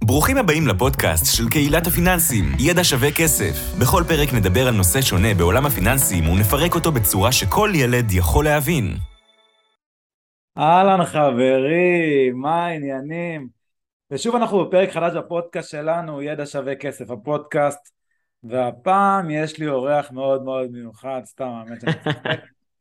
ברוכים הבאים לפודקאסט של קהילת הפיננסים, ידע שווה כסף. בכל פרק נדבר על נושא שונה בעולם הפיננסים ונפרק אותו בצורה שכל ילד יכול להבין. אהלן חברים, מה העניינים? ושוב אנחנו בפרק חדש בפודקאסט שלנו, ידע שווה כסף, הפודקאסט, והפעם יש לי אורח מאוד מאוד מיוחד, סתם האמת שאני צוחק,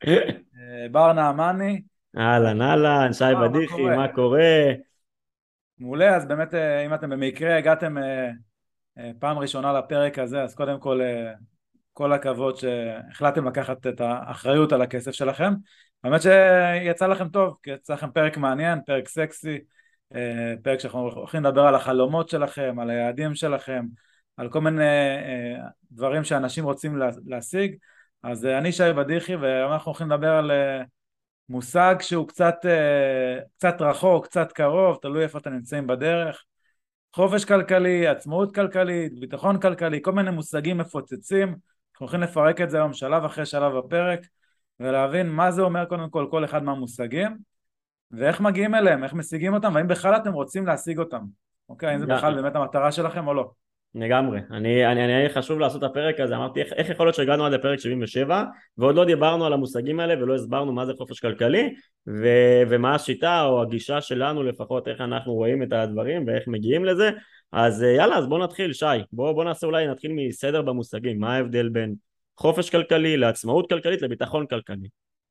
בר נעמני. אהלן, אהלן, שי מה בדיחי, קורה? מה קורה? מעולה, אז באמת אם אתם במקרה הגעתם פעם ראשונה לפרק הזה, אז קודם כל כל הכבוד שהחלטתם לקחת את האחריות על הכסף שלכם. באמת שיצא לכם טוב, כי יצא לכם פרק מעניין, פרק סקסי, פרק שאנחנו הולכים לדבר על החלומות שלכם, על היעדים שלכם, על כל מיני דברים שאנשים רוצים להשיג. אז אני שי בדיחי, ואנחנו הולכים לדבר על מושג שהוא קצת רחוק, קצת קרוב, תלוי איפה אתם נמצאים בדרך. חופש כלכלי, עצמאות כלכלית, ביטחון כלכלי, כל מיני מושגים מפוצצים. אנחנו הולכים לפרק את זה היום שלב אחרי שלב בפרק, ולהבין מה זה אומר קודם כל אחד מהמושגים, ואיך מגיעים אליהם, איך משיגים אותם, והאם בכלל אתם רוצים להשיג אותם. אוקיי, האם זה בכלל באמת המטרה שלכם או לא. לגמרי, אני חשוב לעשות את הפרק הזה, אמרתי איך יכול להיות שהגענו עד לפרק 77 ועוד לא דיברנו על המושגים האלה ולא הסברנו מה זה חופש כלכלי ומה השיטה או הגישה שלנו לפחות, איך אנחנו רואים את הדברים ואיך מגיעים לזה. אז יאללה, אז בוא נתחיל שי, בוא נעשה אולי נתחיל מסדר במושגים, מה ההבדל בין חופש כלכלי לעצמאות כלכלית לביטחון כלכלי.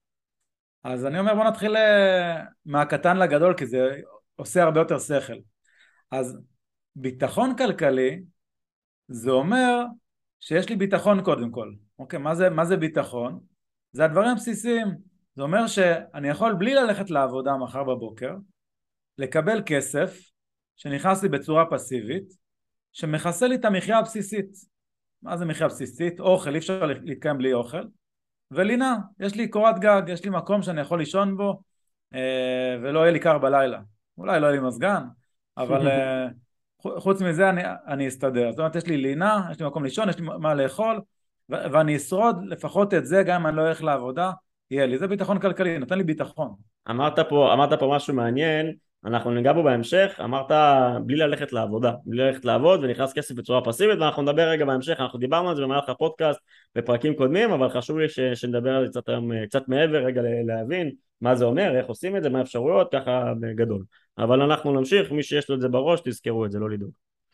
אז אני אומר בוא נתחיל מהקטן לגדול, כי זה עושה הרבה יותר שכל. אז ביטחון כלכלי זה אומר שיש לי ביטחון קודם כל. אוקיי, מה זה ביטחון? זה הדברים הבסיסיים. זה אומר שאני יכול בלי ללכת לעבודה מחר בבוקר, לקבל כסף שנכנס לי בצורה פסיבית, שמכסה לי את המחיה הבסיסית. מה זה מחיה בסיסית? אוכל, אי אפשר להתקיים בלי אוכל. ולינה, יש לי קורת גג, יש לי מקום שאני יכול לישון בו, ולא יהיה לי קר בלילה. אולי לא יהיה לי מזגן, אבל חוץ מזה אני אסתדר. זאת אומרת, יש לי לינה, יש לי מקום לישון, יש לי מה לאכול, ואני אשרוד לפחות את זה, גם אם אני לא הולך לעבודה, יהיה לי. זה ביטחון כלכלי, נותן לי ביטחון. אמרת פה משהו מעניין, אנחנו ניגע בו בהמשך. אמרת בלי ללכת לעבודה, בלי ללכת לעבוד ונכנס כסף בצורה פסיבית, ואנחנו נדבר רגע בהמשך, אנחנו דיברנו על זה במהלך הפודקאסט בפרקים קודמים, אבל חשוב לי שנדבר על זה קצת מעבר, רגע להבין מה זה אומר, איך עושים את זה, מה האפשרויות, ככה בגדול. אבל אנחנו נמשיך, מי שיש לו את זה בראש תזכרו את זה, לא לדאוג.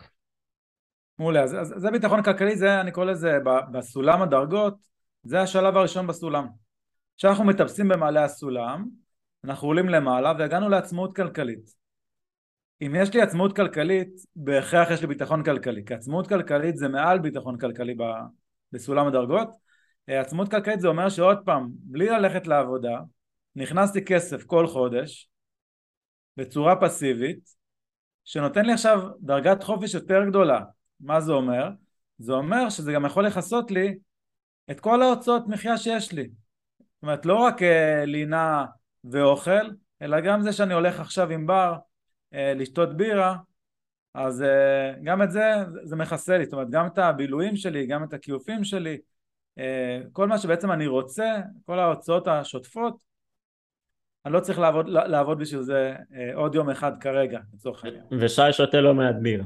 מעולה, אז זה ביטחון כלכלי, זה אני קורא לזה בסולם הדרגות, זה השלב הראשון בסולם. כשאנחנו מטפסים במעלה הסולם, אנחנו עולים למעלה והגענו לעצמאות כלכלית. אם יש לי עצמאות כלכלית, בהכרח יש לי ביטחון כלכלי, כי עצמאות כלכלית זה מעל ביטחון כלכלי בסולם הדרגות. עצמאות כלכלית זה אומר שעוד פעם, בלי ללכת לעבודה, נכנסתי כסף כל חודש, בצורה פסיבית, שנותן לי עכשיו דרגת חופש יותר גדולה. מה זה אומר? זה אומר שזה גם יכול לחסות לי את כל ההוצאות מחיה שיש לי. זאת אומרת, לא רק לינה ואוכל, אלא גם זה שאני הולך עכשיו עם בר לשתות בירה, אז גם את זה מכסה לי. זאת אומרת, גם את הבילויים שלי, גם את הכיופים שלי, כל מה שבעצם אני רוצה, כל ההוצאות השוטפות, אני לא צריך לעבוד בשביל זה עוד יום אחד כרגע, לצורך העניין. ושי שותה לא מעט בירה.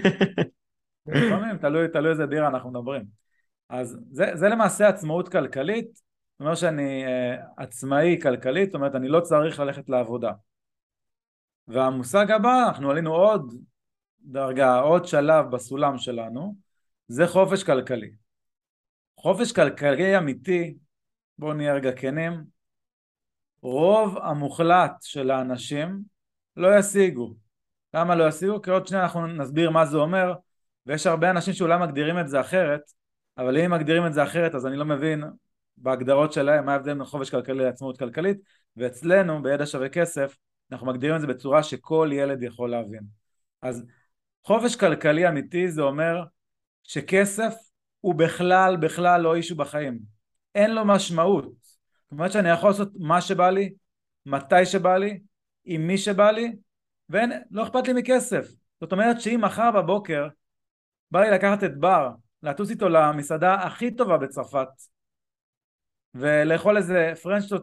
לפעמים, תלוי איזה בירה אנחנו מדברים. אז זה למעשה עצמאות כלכלית. זאת אומרת שאני עצמאי כלכלית, זאת אומרת אני לא צריך ללכת לעבודה. והמושג הבא, אנחנו עלינו עוד דרגה, עוד שלב בסולם שלנו, זה חופש כלכלי. חופש כלכלי אמיתי, בואו נהיה רגע כנים, רוב המוחלט של האנשים לא ישיגו. למה לא ישיגו? כי עוד שניה אנחנו נסביר מה זה אומר, ויש הרבה אנשים שאולי מגדירים את זה אחרת, אבל אם מגדירים את זה אחרת אז אני לא מבין בהגדרות שלהם מה ההבדל בין חופש כלכלי לעצמאות כלכלית, ואצלנו בידע שווה כסף אנחנו מגדירים את זה בצורה שכל ילד יכול להבין. אז חופש כלכלי אמיתי זה אומר שכסף הוא בכלל לא אישו בחיים, אין לו משמעות. זאת אומרת שאני יכול לעשות מה שבא לי, מתי שבא לי, עם מי שבא לי, ולא אכפת לי מכסף. זאת אומרת שאם מחר בבוקר בא לי לקחת את בר, לטוס איתו למסעדה הכי טובה בצרפת, ולאכול איזה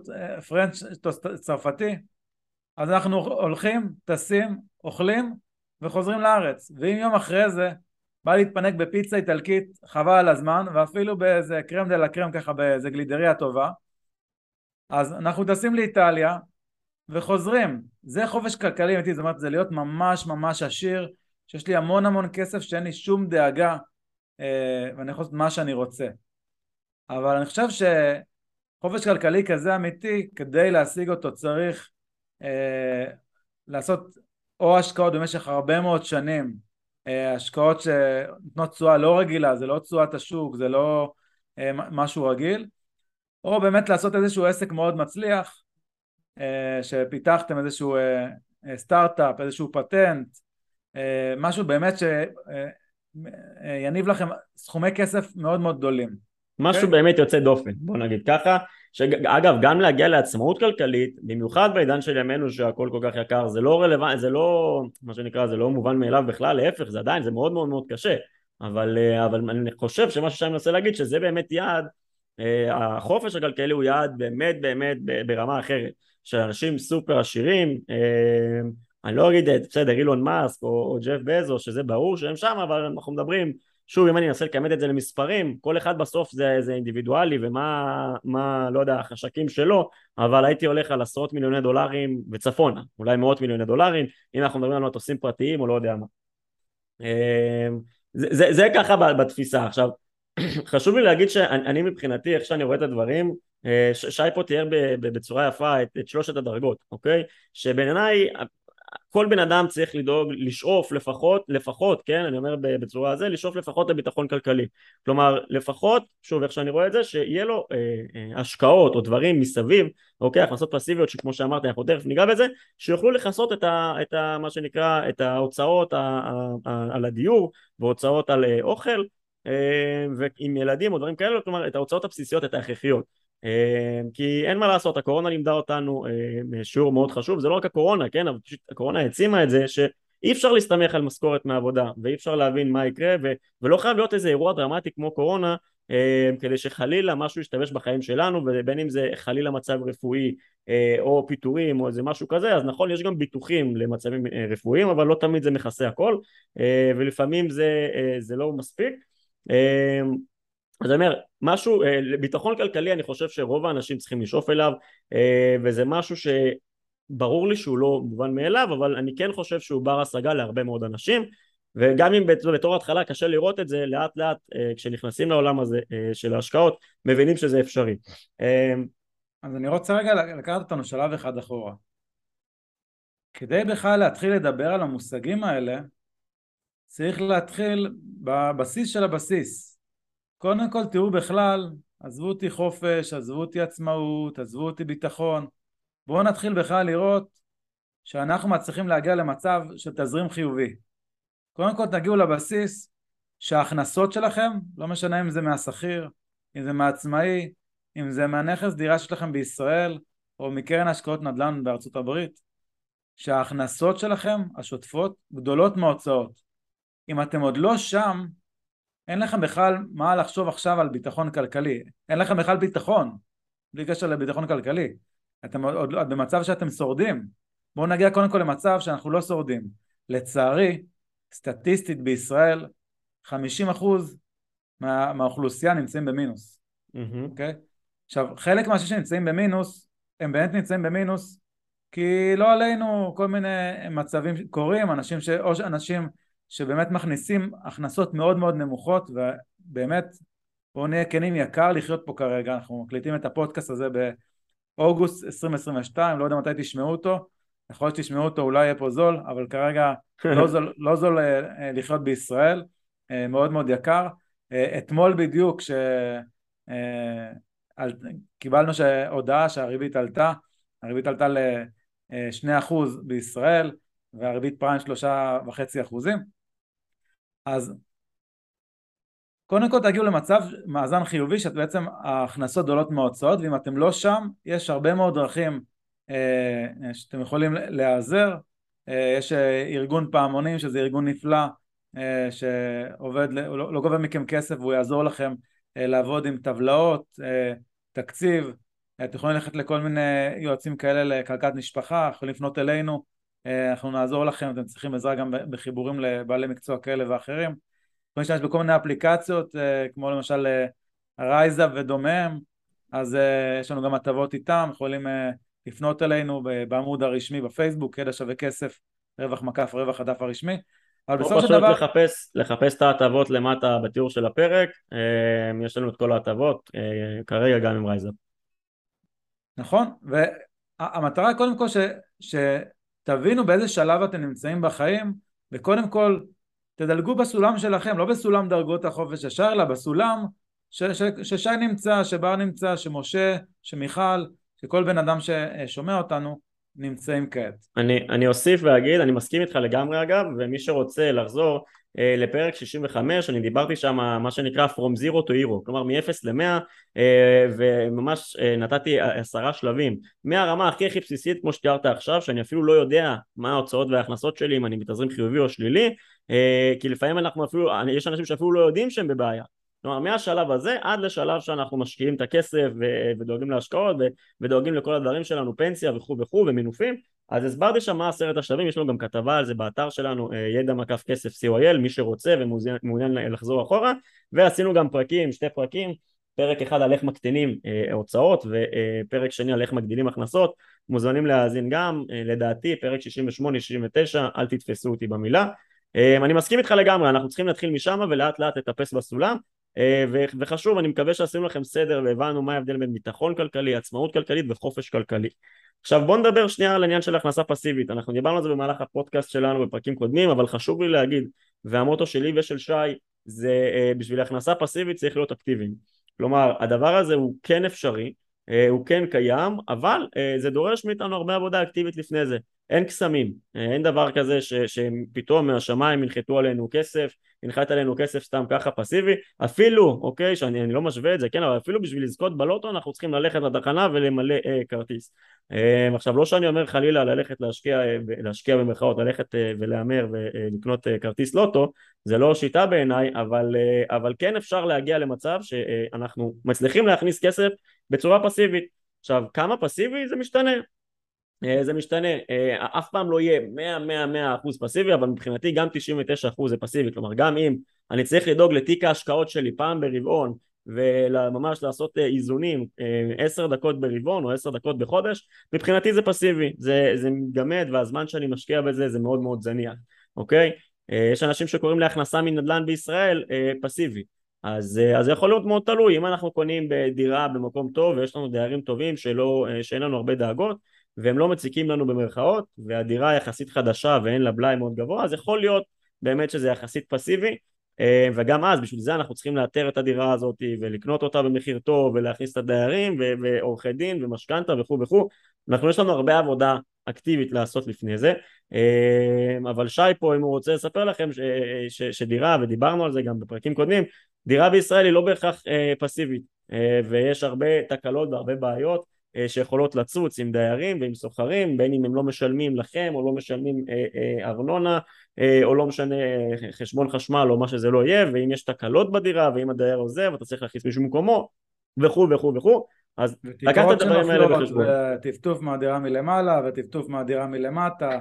פרנץ' צרפתי, אז אנחנו הולכים, טסים, אוכלים, וחוזרים לארץ, ואם יום אחרי זה בא להתפנק בפיצה איטלקית, חבל על הזמן, ואפילו באיזה קרם דה לה קרם, ככה באיזה גלידריה טובה, אז אנחנו טסים לאיטליה וחוזרים. זה חופש כלכלי אמיתי, זאת אומרת, זה להיות ממש ממש עשיר, שיש לי המון המון כסף, שאין לי שום דאגה, ואני יכול לעשות מה שאני רוצה. אבל אני חושב שחופש כלכלי כזה אמיתי, כדי להשיג אותו צריך לעשות או השקעות במשך הרבה מאוד שנים, השקעות שנותנות תשואה לא רגילה, זה לא תשואת השוק, זה לא משהו רגיל, או באמת לעשות איזשהו עסק מאוד מצליח, שפיתחתם איזשהו סטארט-אפ, איזשהו פטנט, משהו באמת שיניב לכם סכומי כסף מאוד מאוד גדולים. משהו Okay? באמת יוצא דופן, בוא נגיד ככה, שאגב גם להגיע לעצמאות כלכלית, במיוחד בעידן של ימינו שהכל כל כך יקר, זה לא רלוונטי, זה לא, מה שנקרא, זה לא מובן מאליו בכלל, להפך, זה עדיין, זה מאוד מאוד מאוד קשה, אבל אני חושב שמה שאני מנסה להגיד שזה באמת יעד, החופש הכלכלי הוא יעד באמת באמת ברמה אחרת, של אנשים סופר עשירים, אני לא אגיד את בסדר אילון מאסק או ג'ף בזוס שזה ברור שהם שם, אבל אנחנו מדברים שוב, אם אני אנסה לכמת את זה למספרים, כל אחד בסוף זה אינדיבידואלי, ומה, לא יודע, החשקים שלו, אבל הייתי הולך על עשרות מיליוני דולרים וצפונה, אולי מאות מיליוני דולרים, אם אנחנו מדברים על מטוסים פרטיים או לא יודע מה. זה ככה בתפיסה. עכשיו, חשוב לי להגיד שאני מבחינתי, איך שאני רואה את הדברים, שי פה תיאר בצורה יפה את שלושת הדרגות, אוקיי? שבעיניי, כל בן אדם צריך לדאוג, לשאוף לפחות, כן, אני אומר בצורה הזה, לשאוף לפחות לביטחון כלכלי. כלומר, לפחות, שוב, איך שאני רואה את זה, שיהיה לו השקעות או דברים מסביב, אוקיי, הכנסות פסיביות, שכמו שאמרתי, אנחנו תכף ניגע בזה, שיוכלו לכסות מה שנקרא, את ההוצאות על הדיור, והוצאות על אוכל, ועם ילדים או דברים כאלה, כלומר, את ההוצאות הבסיסיות, את ההכרחיות. כי אין מה לעשות, הקורונה לימדה אותנו שיעור מאוד חשוב, זה לא רק הקורונה, כן, אבל פשוט הקורונה העצימה את זה שאי אפשר להסתמך על משכורת מעבודה, ואי אפשר להבין מה יקרה, ולא חייב להיות איזה אירוע דרמטי כמו קורונה, כדי שחלילה משהו ישתבש בחיים שלנו, ובין אם זה חלילה מצב רפואי או פיטורים או איזה משהו כזה, אז נכון, יש גם ביטוחים למצבים רפואיים, אבל לא תמיד זה מכסה הכל, ולפעמים זה לא מספיק. אז אני אומר, משהו, ביטחון כלכלי אני חושב שרוב האנשים צריכים לשאוף אליו, וזה משהו שברור לי שהוא לא מובן מאליו, אבל אני כן חושב שהוא בר השגה להרבה מאוד אנשים, וגם אם בתור התחלה קשה לראות את זה, לאט לאט כשנכנסים לעולם הזה של ההשקעות, מבינים שזה אפשרי. אז אני רוצה רגע לקחת אותנו שלב אחד אחורה. כדי בכלל להתחיל לדבר על המושגים האלה, צריך להתחיל בבסיס של הבסיס. קודם כל תראו בכלל, עזבו אותי חופש, עזבו אותי עצמאות, עזבו אותי ביטחון. בואו נתחיל בכלל לראות שאנחנו מצליחים להגיע למצב של תזרים חיובי. קודם כל תגיעו לבסיס שההכנסות שלכם, לא משנה אם זה מהשכיר, אם זה מהעצמאי, אם זה מהנכס דירה שלכם בישראל, או מקרן השקעות נדל"ן בארצות הברית, שההכנסות שלכם, השוטפות, גדולות מההוצאות. אם אתם עוד לא שם, אין לכם בכלל מה לחשוב עכשיו על ביטחון כלכלי. אין לכם בכלל ביטחון, בלי קשר לביטחון כלכלי. אתם עוד במצב שאתם שורדים. בואו נגיע קודם כל למצב שאנחנו לא שורדים. לצערי, סטטיסטית בישראל, 50% מהאוכלוסייה נמצאים במינוס. אוקיי? עכשיו, חלק מהאנשים שנמצאים במינוס, הם באמת נמצאים במינוס, כי לא עלינו כל מיני מצבים קורים, או אנשים שבאמת מכניסים הכנסות מאוד מאוד נמוכות, ובאמת, בואו נהיה כנים, יקר לחיות פה כרגע. אנחנו מקליטים את הפודקאסט הזה באוגוסט 2022, לא יודע מתי תשמעו אותו, יכול להיות שתשמעו אותו, אולי יהיה פה זול, אבל כרגע לא זול לחיות בישראל, מאוד מאוד יקר. אתמול בדיוק קיבלנו הודעה שהריבית עלתה, הריבית עלתה ל2% בישראל, והריבית פריים 3.5%. אז קודם כל תגיעו למצב מאזן חיובי, שאת בעצם ההכנסות גדולות מההוצאות, ואם אתם לא שם, יש הרבה מאוד דרכים שאתם יכולים להיעזר. יש ארגון פעמונים, שזה ארגון נפלא, שעובד, לא גובה מכם כסף, והוא יעזור לכם לעבוד עם טבלאות, תקציב. אתם יכולים ללכת לכל מיני יועצים כאלה לכלכלת משפחה, יכולים לפנות אלינו, אנחנו נעזור לכם, אתם צריכים עזרה גם בחיבורים לבעלי מקצוע כאלה ואחרים. יכולים להשתמש בכל מיני אפליקציות, כמו למשל רייזה ודומיהם, אז יש לנו גם הטבות איתם, יכולים לפנות אלינו בעמוד הרשמי בפייסבוק, ידע שווה כסף, רווח מקף רווח הדף הרשמי, אבל או בסופו של פשוט דבר... לחפש את ההטבות למטה בתיאור של הפרק, יש לנו את כל ההטבות, כרגע גם עם רייזאפ. נכון, והמטרה קודם כל שתבינו באיזה שלב אתם נמצאים בחיים, וקודם כל תדלגו בסולם שלכם, לא בסולם דרגות החופש ישר, אלא בסולם ששי נמצא, שבר נמצא, שמשה, שמיכל, שכל בן אדם ששומע אותנו נמצאים כעת. אני אוסיף ואגיד, אני מסכים איתך לגמרי אגב, ומי שרוצה לחזור לפרק 65, אני דיברתי שם מה שנקרא From Zero to Hero, כלומר מ-0 ל-100, וממש נתתי 10 שלבים, מהרמה הכי בסיסית כמו שתיארת עכשיו, שאני אפילו לא יודע מה ההוצאות וההכנסות שלי, אם אני מתזרים חיובי או שלילי, כי לפעמים יש אנשים שאפילו לא יודעים שהם בבעיה, כלומר מהשלב הזה עד לשלב שאנחנו משקיעים את הכסף ודואגים להשקעות ודואגים לכל הדברים שלנו, פנסיה וכו' וכו' ומינופים. אז הסברתי שם מה 10 השלבים, יש לנו גם כתבה על זה באתר שלנו, ידע מקף כסף co.il, מי שרוצה ומעוניין לחזור אחורה, ועשינו גם פרקים, 2 פרקים, פרק אחד על איך מקטינים הוצאות ופרק שני על איך מגדילים הכנסות, מוזמנים להאזין גם, לדעתי פרק 68-69, אל תתפסו אותי במילה. אני מסכים איתך לגמרי, אנחנו צריכים להתחיל משם ולאט לאט לטפס בסולם, וחשוב, אני מקווה שעשינו לכם סדר והבנו מה ההבדל בין ביטחון כלכלי, עצמאות כלכלית וחופש כלכלי. עכשיו בוא נדבר שנייה על העניין של הכנסה פסיבית, אנחנו דיברנו על זה במהלך הפודקאסט שלנו בפרקים קודמים, אבל חשוב לי להגיד, והמוטו שלי ושל שי, זה בשביל הכנסה פסיבית צריך להיות אקטיביים, כלומר הדבר הזה הוא כן אפשרי, הוא כן קיים, אבל זה דורש מאיתנו הרבה עבודה אקטיבית לפני זה, אין קסמים, אין דבר כזה שפתאום מהשמיים ינחתו עלינו כסף, ינחת עלינו כסף סתם ככה פסיבי, אפילו, אוקיי, שאני לא משווה את זה, כן, אבל אפילו בשביל לזכות בלוטו אנחנו צריכים ללכת לתחנה ולמלא כרטיס. עכשיו לא שאני אומר חלילה ללכת להשקיע במרכאות, ללכת ולהמר ולקנות כרטיס לוטו, זה לא שיטה בעיניי, אבל כן אפשר להגיע למצב שאנחנו מצליחים להכניס כסף בצורה פסיבית. עכשיו כמה פסיבי זה משתנה, זה משתנה, אף פעם לא יהיה 100% פסיבי, אבל מבחינתי גם 99% זה פסיבי, כלומר גם אם אני צריך לדאוג לתיק ההשקעות שלי פעם ברבעון וממש לעשות איזונים 10 דקות ברבעון או 10 דקות בחודש, מבחינתי זה פסיבי, זה מתגמד והזמן שאני משקיע בזה זה מאוד מאוד זניח, אוקיי? יש אנשים שקוראים להכנסה מנדל"ן בישראל פסיבי, אז זה יכול להיות מאוד תלוי, אם אנחנו קונים בדירה במקום טוב ויש לנו דיירים טובים שאין לנו הרבה דאגות והם לא מציקים לנו במרכאות, והדירה יחסית חדשה ואין לה בלאי מאוד גבוה, אז יכול להיות באמת שזה יחסית פסיבי, וגם אז בשביל זה אנחנו צריכים לאתר את הדירה הזאת ולקנות אותה במחיר טוב ולהכניס את הדיירים ועורכי דין ומשכנתא וכו' וכו'. יש לנו הרבה עבודה אקטיבית לעשות לפני זה, אבל שי פה אם הוא רוצה לספר לכם שדירה, ודיברנו על זה גם בפרקים קודמים, דירה בישראל היא לא בהכרח פסיבית, ויש הרבה תקלות והרבה בעיות שיכולות לצוץ עם דיירים ועם סוחרים, בין אם הם לא משלמים לכם או לא משלמים ארנונה או לא משנה חשבון חשמל או מה שזה לא יהיה, ואם יש תקלות בדירה ואם הדייר עוזב אתה צריך להכניס מישהו במקומו וכו' וכו' וכו', אז לקחת את הדברים האלה בחשבון. וטפטוף מהדירה מלמעלה וטפטוף מהדירה מלמטה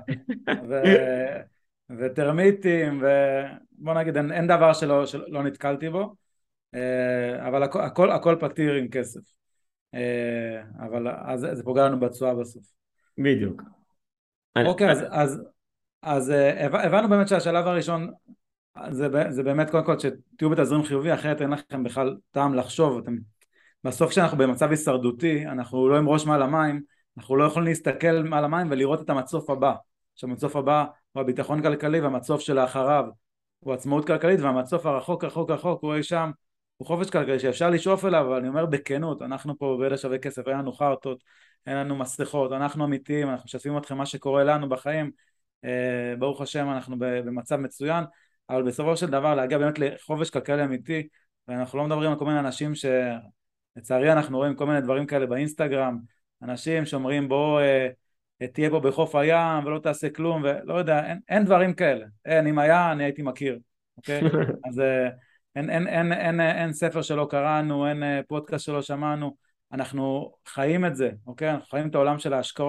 וטרמיטים, ובוא נגיד אין דבר שלא נתקלתי בו, אבל הכל פתיר עם כסף, אבל אז זה פוגע לנו בתשואה בסוף. בדיוק. אוקיי, אז הבנו באמת שהשלב הראשון זה באמת קודם כל שתהיו בתזרים חיובי, אחרת אין לכם בכלל טעם לחשוב. בסוף כשאנחנו במצב הישרדותי, אנחנו לא עם ראש מעל המים, אנחנו לא יכולים להסתכל מעל המים ולראות את המצוף הבא, שהמצוף הבא הוא הביטחון כלכלי, והמצוף שלאחריו הוא עצמאות כלכלית, והמצוף הרחוק רחוק רחוק הוא אי שם, הוא חופש כלכלי שאפשר לשאוף אליו. אבל אני אומר בכנות, אנחנו פה בידע שווה כסף, אין לנו חרטות, אין לנו מסכות, אנחנו אמיתיים, אנחנו משתפים אתכם מה שקורה לנו בחיים, ברוך השם אנחנו במצב מצוין, אבל בסופו של דבר להגיע באמת לחופש כלכלי אמיתי, ואנחנו לא מדברים על כל מיני אנשים לצערי אנחנו רואים כל מיני דברים כאלה באינסטגרם, אנשים שאומרים בוא תהיה פה בחוף הים ולא תעשה כלום, ולא יודע, אין דברים כאלה, אם היה אני הייתי מכיר, אוקיי? אז אין ספר שלא קראנו, אין פודקאסט שלא שמענו, אנחנו חיים את זה, אוקיי? אנחנו חיים את העולם של ההשקעות,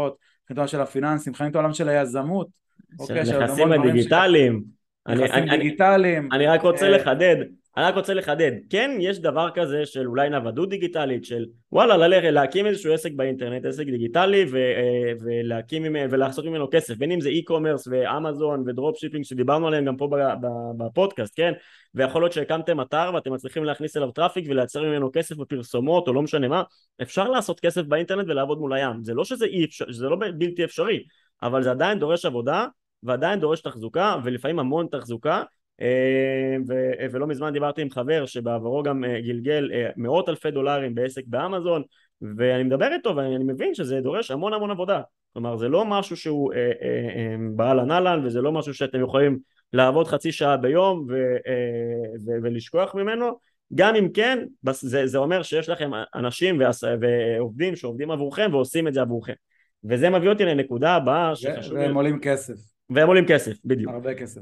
חיים את העולם של הפיננסים, חיים את העולם של היזמות, אוקיי, של נכסים המון דברים הדיגיטליים. נכסים דיגיטליים. אני רק רוצה לחדד, כן יש דבר כזה של אולי נוודות דיגיטלית, של וואלה להקים איזשהו עסק באינטרנט, עסק דיגיטלי ולעשות ממנו כסף, בין אם זה e-commerce ואמזון ודרופ שיפינג שדיברנו עליהם גם פה בפודקאסט, כן, ויכול להיות שהקמתם אתר ואתם מצליחים להכניס אליו טראפיק ולייצר ממנו כסף בפרסומות או לא משנה מה, אפשר לעשות כסף באינטרנט ולעבוד מול הים, זה לא שזה אי אפשר, שזה לא בלתי אפשרי, אבל זה עדיין דורש עבודה ועדיין דורש תחזוקה ולפעמים המון תחזוקה. ולא מזמן דיברתי עם חבר שבעברו גם גלגל מאות אלפי דולרים בעסק באמזון, ואני מדבר איתו ואני מבין שזה דורש המון המון עבודה, כלומר זה לא משהו שהוא באהלן אהלן, וזה לא משהו שאתם יכולים לעבוד חצי שעה ביום ולשכוח ממנו, גם אם כן זה אומר שיש לכם אנשים ועובדים שעובדים עבורכם ועושים את זה עבורכם, וזה מביא אותי לנקודה הבאה והם עולים כסף. והם עולים כסף, בדיוק. הרבה כסף.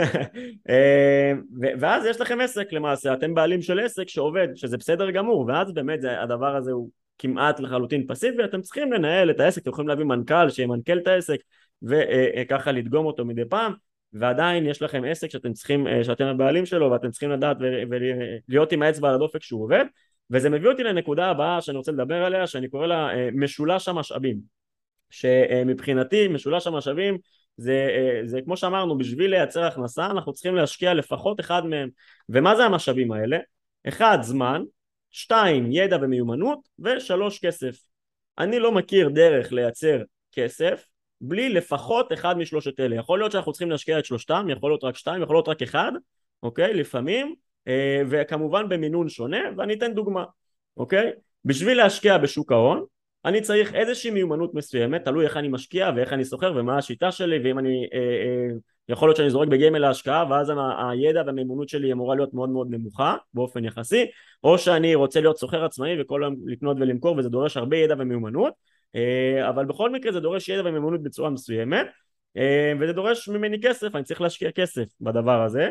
ואז יש לכם עסק למעשה, אתם בעלים של עסק שעובד, שזה בסדר גמור, ואז באמת הדבר הזה הוא כמעט לחלוטין פסיבי, אתם צריכים לנהל את העסק, אתם יכולים להביא מנכ"ל שימנכ"ל את העסק, וככה לדגום אותו מדי פעם, ועדיין יש לכם עסק שאתם צריכים, שאתם הבעלים שלו, ואתם צריכים לדעת ולהיות עם האצבע על הדופק שהוא עובד, וזה מביא אותי לנקודה הבאה שאני רוצה לדבר עליה, שאני קורא לה משולש המשאבים, שמבחינתי משולש המשאבים זה כמו שאמרנו, בשביל לייצר הכנסה אנחנו צריכים להשקיע לפחות אחד מהם, ומה זה המשאבים האלה? 1 זמן, 2 ידע ומיומנות, ו3 כסף. אני לא מכיר דרך לייצר כסף בלי לפחות אחד משלושת אלה, יכול להיות שאנחנו צריכים להשקיע את שלושתם, יכול להיות רק 2, יכול להיות רק 1, אוקיי? לפעמים, וכמובן במינון שונה, ואני אתן דוגמה, אוקיי? בשביל להשקיע בשוק ההון אני צריך איזושהי מיומנות מסוימת, תלוי איך אני משקיע ואיך אני סוחר ומה השיטה שלי, ואם אני יכול להיות שאני זורק בגמל להשקעה ואז הידע והמיומנות שלי אמורה להיות מאוד מאוד נמוכה באופן יחסי, או שאני רוצה להיות סוחר עצמאי וכל יום לקנות ולמכור, וזה דורש הרבה ידע ומיומנות, אבל בכל מקרה זה דורש ידע ומיומנות בצורה מסוימת, וזה דורש ממני כסף, אני צריך להשקיע כסף בדבר הזה,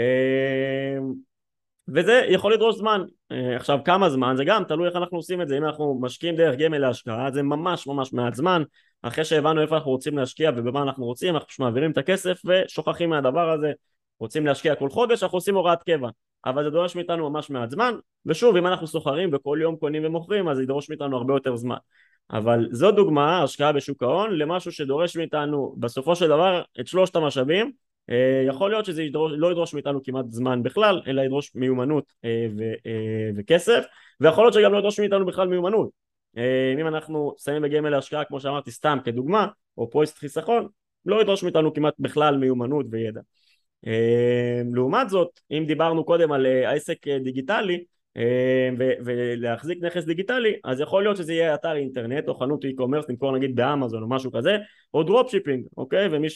וזה יכול לדרוש זמן. עכשיו כמה זמן זה גם תלוי איך אנחנו עושים את זה, אם אנחנו משקיעים דרך גמל להשקעה זה ממש ממש מעט זמן, אחרי שהבנו איפה אנחנו רוצים להשקיע ובמה אנחנו רוצים אנחנו פשוט מעבירים את הכסף ושוכחים מהדבר הזה, רוצים להשקיע כל חודש אנחנו עושים הוראת קבע, אבל זה דורש מאיתנו ממש מעט זמן, ושוב אם אנחנו סוחרים וכל יום קונים ומוכרים אז זה ידרוש מאיתנו הרבה יותר זמן, אבל זו דוגמה, השקעה בשוק ההון למשהו שדורש מאיתנו בסופו של דבר את שלושת המשאבים, יכול להיות שזה לא ידרוש מאיתנו כמעט זמן בכלל, אלא ידרוש מיומנות וכסף, ויכול להיות שגם לא ידרוש מאיתנו בכלל מיומנות. אם אנחנו שמים בגמל להשקעה, כמו שאמרתי סתם כדוגמה, או פוליסת חיסכון, לא ידרוש מאיתנו כמעט בכלל מיומנות וידע. לעומת זאת, אם דיברנו קודם על עסק דיגיטלי, ולהחזיק נכס דיגיטלי, אז יכול להיות שזה יהיה אתר אינטרנט או חנות e-commerce, נמכור נגיד באמזון או משהו כזה, או דרופ שיפינג, אוקיי? ומי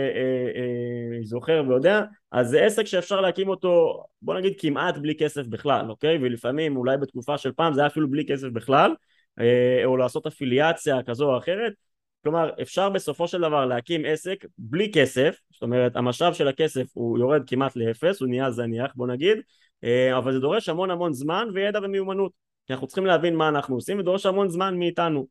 שזוכר ויודע, אז זה עסק שאפשר להקים אותו, בוא נגיד כמעט בלי כסף בכלל, אוקיי? ולפעמים אולי בתקופה של פעם זה היה אפילו בלי כסף בכלל, או לעשות אפיליאציה כזו או אחרת, כלומר אפשר בסופו של דבר להקים עסק בלי כסף, זאת אומרת המשאב של הכסף הוא יורד כמעט לאפס, הוא נהיה זניח בוא נגיד, אבל זה דורש המון המון זמן וידע ומיומנות, כי אנחנו צריכים להבין מה אנחנו עושים ודורש המון זמן מאיתנו,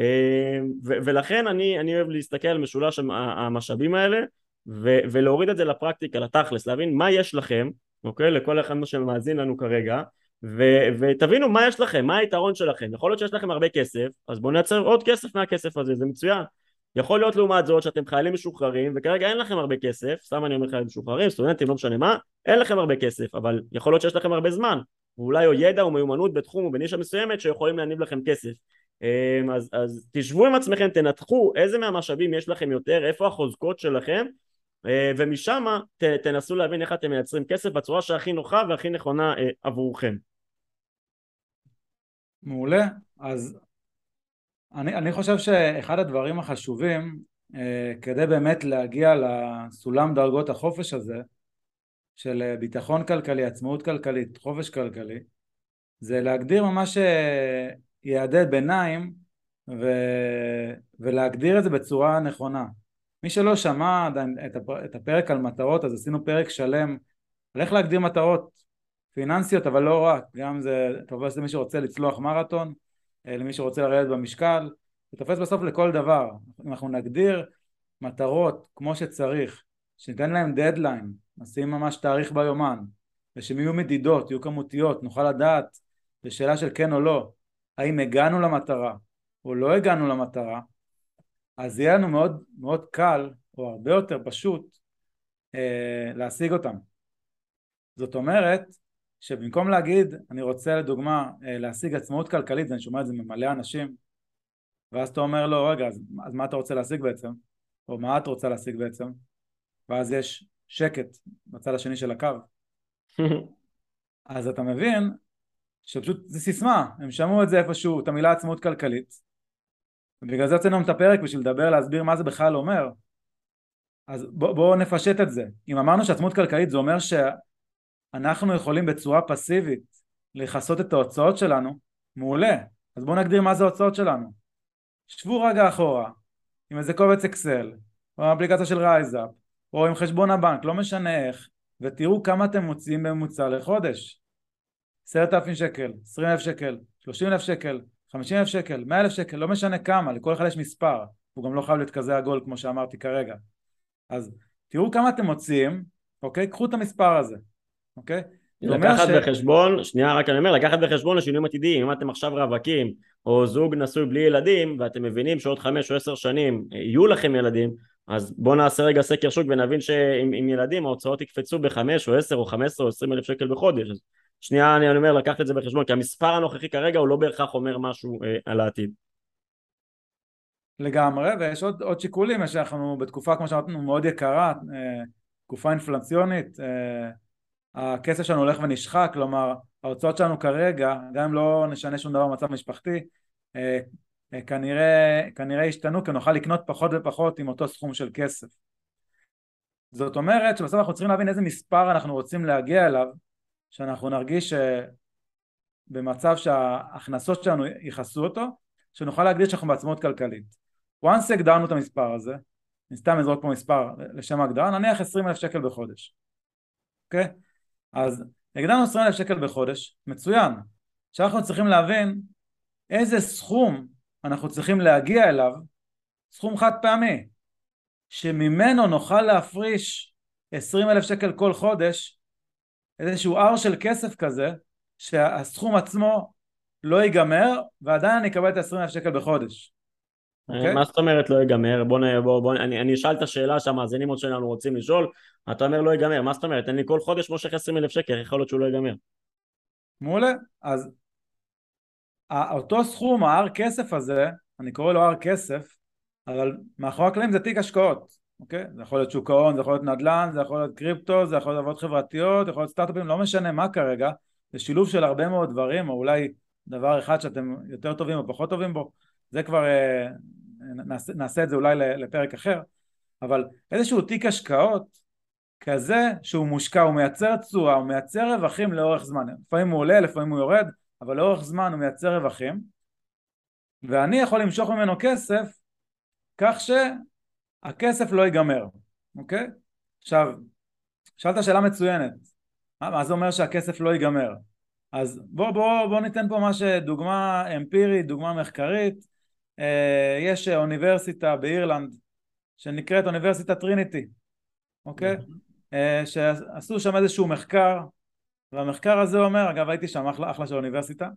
ולכן אני אוהב להסתכל על משולש המשאבים האלה ולהוריד את זה לפרקטיקה, לתכלס, להבין מה יש לכם, אוקיי? לכל אחד שמאזין לנו כרגע, ותבינו מה יש לכם, מה היתרון שלכם. יכול להיות שיש לכם הרבה כסף, אז בואו נייצר עוד כסף מהכסף הזה, זה מצוין. יכול להיות לעומת זאת שאתם חיילים משוחררים וכרגע אין לכם הרבה כסף, סתם אני אומר חיילים משוחררים, סטודנטים, לא משנה מה, אין לכם הרבה כסף, אבל יכול להיות שיש לכם הרבה זמן, ואולי או ידע או מיומנות בתחום או בנישה מסוימת שיכולים להניב לכם כסף. אז תשבו עם עצמכם, תנתחו איזה מהמשאבים יש לכם יותר, איפה החוזקות שלכם, ומשם תנסו להבין איך אתם מייצרים כסף בצורה שהכי נוחה והכי נכונה עבורכם. מעולה. אז אני חושב שאחד הדברים החשובים כדי באמת להגיע לסולם דרגות החופש הזה של ביטחון כלכלי, עצמאות כלכלית, חופש כלכלי, זה להגדיר ממש יעדי ביניים ולהגדיר את זה בצורה נכונה. מי שלא שמע עדיין את הפרק על מטרות, אז עשינו פרק שלם על איך להגדיר מטרות פיננסיות, אבל לא רק, גם זה טוב למי שרוצה לצלוח מרתון, למי שרוצה לרדת במשקל, זה תופס בסוף לכל דבר. אם אנחנו נגדיר מטרות כמו שצריך, שניתן להם דדליין, נשים ממש תאריך ביומן, ושהם יהיו מדידות, יהיו כמותיות, נוכל לדעת בשאלה של כן או לא, האם הגענו למטרה או לא הגענו למטרה, אז יהיה לנו מאוד, מאוד קל, או הרבה יותר פשוט, להשיג אותם. זאת אומרת, שבמקום להגיד, אני רוצה לדוגמה להשיג עצמאות כלכלית, ואני שומע את זה ממלא אנשים, ואז אתה אומר לו, רגע, אז מה אתה רוצה להשיג בעצם? או מה את רוצה להשיג בעצם? ואז יש שקט בצד השני של הקו. אז אתה מבין שפשוט זה סיסמה, הם שמעו את זה איפשהו, את המילה עצמאות כלכלית, ובגלל זה יוצאנו את הפרק בשביל לדבר, להסביר מה זה בכלל אומר. אז בואו נפשט את זה. אם אמרנו שעצמאות כלכלית זה אומר שאנחנו יכולים בצורה פסיבית לכסות את ההוצאות שלנו, מעולה. אז בואו נגדיר מה זה ההוצאות שלנו. שבו רגע אחורה, עם איזה קובץ אקסל, או אפליקציה של רייזאפ, או עם חשבון הבנק, לא משנה איך, ותראו כמה אתם מוציאים בממוצע לחודש. 10,000 שקל, 20,000 שקל, 30,000 שקל, 50,000 שקל, 100,000 שקל, לא משנה כמה, לכל אחד יש מספר, הוא גם לא חייב להיות כזה עגול כמו שאמרתי כרגע. אז תראו כמה אתם מוציאים, אוקיי? קחו את המספר הזה, אוקיי? לקחת בחשבון, שנייה רק אני אומר, לקחת בחשבון לשינויים עתידיים, אם אתם עכשיו רווקים או זוג נשוי בלי ילדים ואתם מבינים שעוד 5 או 10 שנים יהיו לכם ילדים, אז בואו נעשה רגע סקר שוק ונבין שעם ילדים ההוצאות יקפצו ב5 או 10 או 15 או 20 אלף שקל בחודש. אז שנייה אני אומר לקחת את זה בחשבון, כי המספר הנוכחי כרגע הוא לא בהכרח אומר משהו על העתיד. לגמרי, ויש עוד שיקולים, שאנחנו בתקופה כמו שאמרנו מאוד יקרה, תקופה אינפלציונית, הכסף שלנו הולך ונשחק, כלומר ההוצאות שלנו כרגע, גם אם לא נשנה שום דבר במצב משפחתי, כנראה ישתנו, כי נוכל לקנות פחות ופחות עם אותו סכום של כסף. זאת אומרת שבסוף אנחנו צריכים להבין איזה מספר אנחנו רוצים להגיע אליו, שאנחנו נרגיש במצב שההכנסות שלנו יכסו אותו, שנוכל להגדיר שאנחנו בעצמאות כלכלית. once הגדרנו את המספר הזה, נסתם לזרוק פה מספר לשם ההגדרה, נניח 20,000 שקל בחודש. אוקיי? אז הגדרנו 20,000 שקל בחודש, מצוין. שאנחנו צריכים להבין איזה סכום אנחנו צריכים להגיע אליו, סכום חד פעמי, שממנו נוכל להפריש 20,000 שקל כל חודש, איזשהו הר של כסף כזה, שהסכום עצמו לא ייגמר, ועדיין אני אקבל את 20,000 שקל בחודש. Okay. מה זאת אומרת לא ייגמר? אני אשאל את השאלה שהמאזינים עוד שלנו רוצים לשאול, אתה אומר לא ייגמר, מה זאת אומרת? אני כל חודש מושך 20,000 שקל, יכול להיות שהוא לא ייגמר. מעולה, אז אותו סכום, ההר כסף הזה, אני קורא לו הר כסף, אבל מאחורי הקלעים זה תיק השקעות, אוקיי? זה יכול להיות שוק ההון, זה יכול להיות נדל"ן, זה יכול להיות קריפטו, זה יכול להיות עבודות חברתיות, יכול להיות סטארט-אפים, לא משנה מה כרגע, זה שילוב של הרבה מאוד דברים, או אולי דבר אחד שאתם יותר טובים או פחות טובים בו, זה כבר נעשה את זה אולי לפרק אחר, אבל איזשהו תיק השקעות כזה שהוא מושקע, הוא מייצר תשואה, הוא מייצר רווחים לאורך זמן, לפעמים הוא עולה, לפעמים הוא יורד, אבל לאורך זמן הוא מייצר רווחים, ואני יכול למשוך ממנו כסף כך שהכסף לא ייגמר, אוקיי? עכשיו, שאלת שאלה מצוינת, מה זה אומר שהכסף לא ייגמר? אז בוא ניתן פה דוגמה אמפירית, דוגמה מחקרית. יש אוניברסיטה באירלנד שנקראת אוניברסיטת טריניטי, אוקיי? שעשו שם איזשהו מחקר, והמחקר הזה אומר, אגב הייתי שם אחלה של אוניברסיטה,